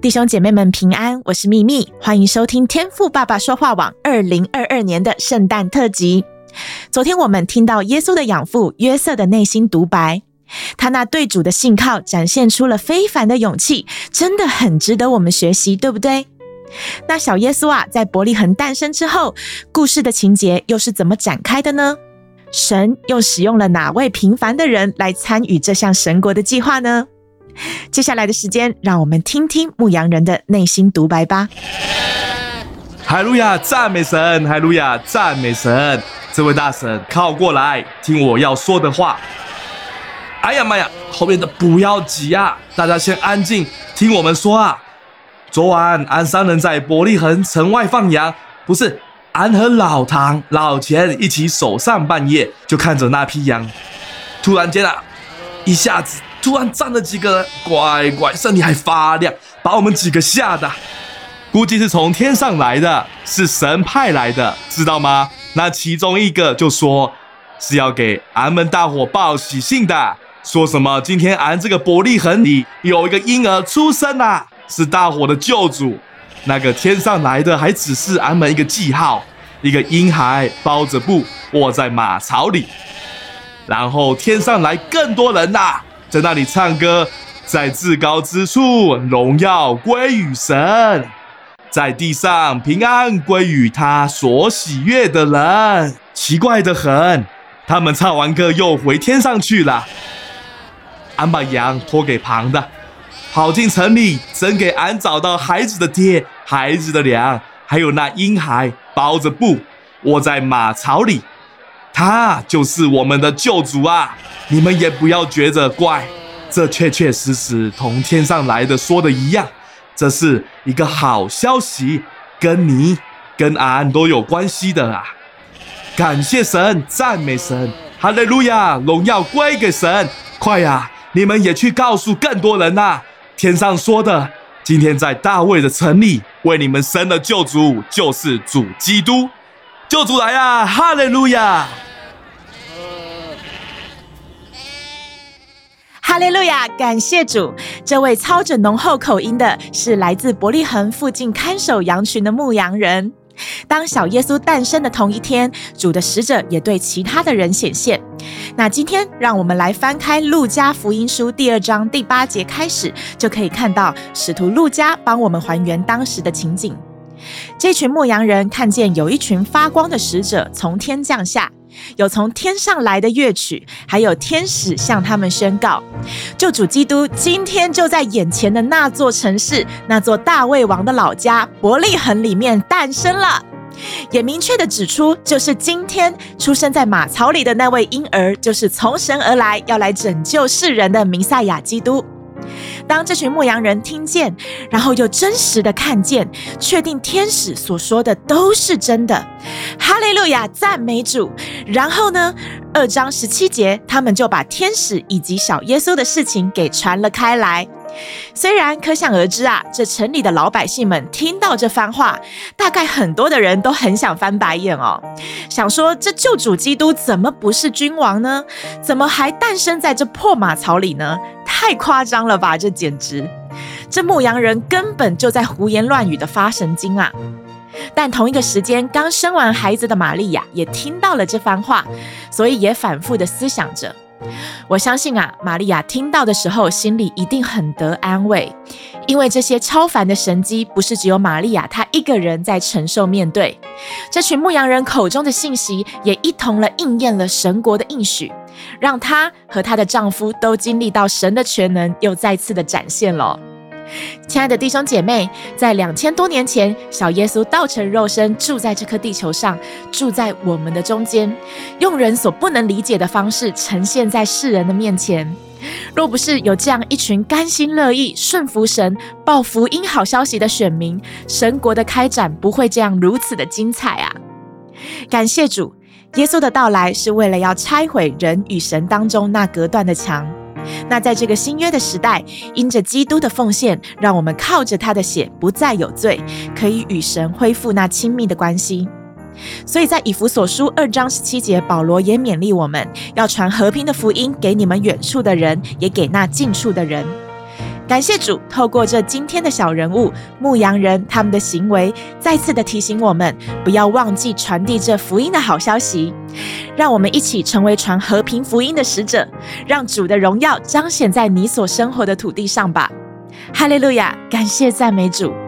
弟兄姐妹们平安，我是秘密，欢迎收听天父爸爸说话网2022年的圣诞特辑。昨天我们听到耶稣的养父约瑟的内心独白，他那对主的信靠展现出了非凡的勇气，真的很值得我们学习，对不对？那小耶稣在伯利恒诞生之后，故事的情节又是怎么展开的呢？神又使用了哪位平凡的人来参与这项神国的计划呢？接下来的时间，让我们听听牧羊人的内心独白吧。 哈利路亚，赞美神！哈利路亚，赞美神！这位大神，靠过来，听我要说的话。哎呀妈呀，后面的不要急啊，大家先安静，听我们说啊。昨晚安3人在伯利恒城外放羊，不是安和老唐、老钱一起守上半夜，就看着那批羊。突然间一下子突然站了几个人，乖，身体还发亮，把我们几个吓的。估计是从天上来的，是神派来的，知道吗？那其中一个就说是要给俺们大伙报喜信的，说什么今天俺这个伯利恒里有一个婴儿出生啦，是大伙的救主。那个天上来的还只是俺们一个记号，一个婴孩包着布卧在马槽里。然后天上来更多人在那里唱歌，在至高之处荣耀归于神，在地上平安归于他所喜悦的人。奇怪得很，他们唱完歌又回天上去了。俺把羊托给旁的，跑进城里，真给俺找到孩子的爹、孩子的娘，还有那婴孩包着布卧在马槽里。他就是我们的救主啊！你们也不要觉得怪，这确确实实同天上来的说的一样，这是一个好消息，跟你跟俺都有关系的啊！感谢神，赞美神，哈利路亚，荣耀归给神！快呀，你们也去告诉更多人天上说的，今天在大卫的城里为你们生的救主就是主基督，救主来啊！哈利路亚！ 哈利路亚，感谢主！这位操着浓厚口音的是来自伯利恒附近看守羊群的牧羊人。当小耶稣诞生的同一天，主的使者也对其他的人显现。那今天让我们来翻开路加福音书第2章第8节开始，就可以看到使徒路加帮我们还原当时的情景。这群牧羊人看见有一群发光的使者从天降下，有从天上来的乐曲，还有天使向他们宣告，救主基督今天就在眼前的那座城市，那座大卫王的老家伯利恒里面诞生了。也明确的指出，就是今天出生在马槽里的那位婴儿，就是从神而来，要来拯救世人的弥赛亚基督。当这群牧羊人听见，然后又真实的看见，确定天使所说的都是真的，哈利路亚，赞美主。然后呢，2章17节，他们就把天使以及小耶稣的事情给传了开来。虽然可想而知这城里的老百姓们听到这番话，大概很多的人都很想翻白眼想说这救主基督怎么不是君王呢？怎么还诞生在这破马槽里呢？太夸张了吧，这简直！这牧羊人根本就在胡言乱语的发神经但同一个时间，刚生完孩子的玛利亚也听到了这番话，所以也反复的思想着。我相信玛利亚听到的时候，心里一定很得安慰，因为这些超凡的神迹不是只有玛利亚她一个人在承受面对，这群牧羊人口中的信息也一同了应验了神国的应许，让她和她的丈夫都经历到神的全能又再次的展现了。亲爱的弟兄姐妹，在2000多年前，小耶稣道成肉身，住在这颗地球上，住在我们的中间，用人所不能理解的方式呈现在世人的面前。若不是有这样一群甘心乐意顺服神、报福音好消息的选民，神国的开展不会这样如此的精彩感谢主，耶稣的到来是为了要拆毁人与神当中那隔断的墙。那在这个新约的时代，因着基督的奉献，让我们靠着他的血不再有罪，可以与神恢复那亲密的关系。所以在以弗所书2章17节，保罗也勉励我们要传和平的福音给你们远处的人，也给那近处的人。 感谢主，透过这今天的小人物牧羊人他们的行为，再次的提醒我们不要忘记传递这福音的好消息。让我们一起成为传和平福音的使者，让主的荣耀彰显在你所生活的土地上吧。哈利路亚，感谢赞美主。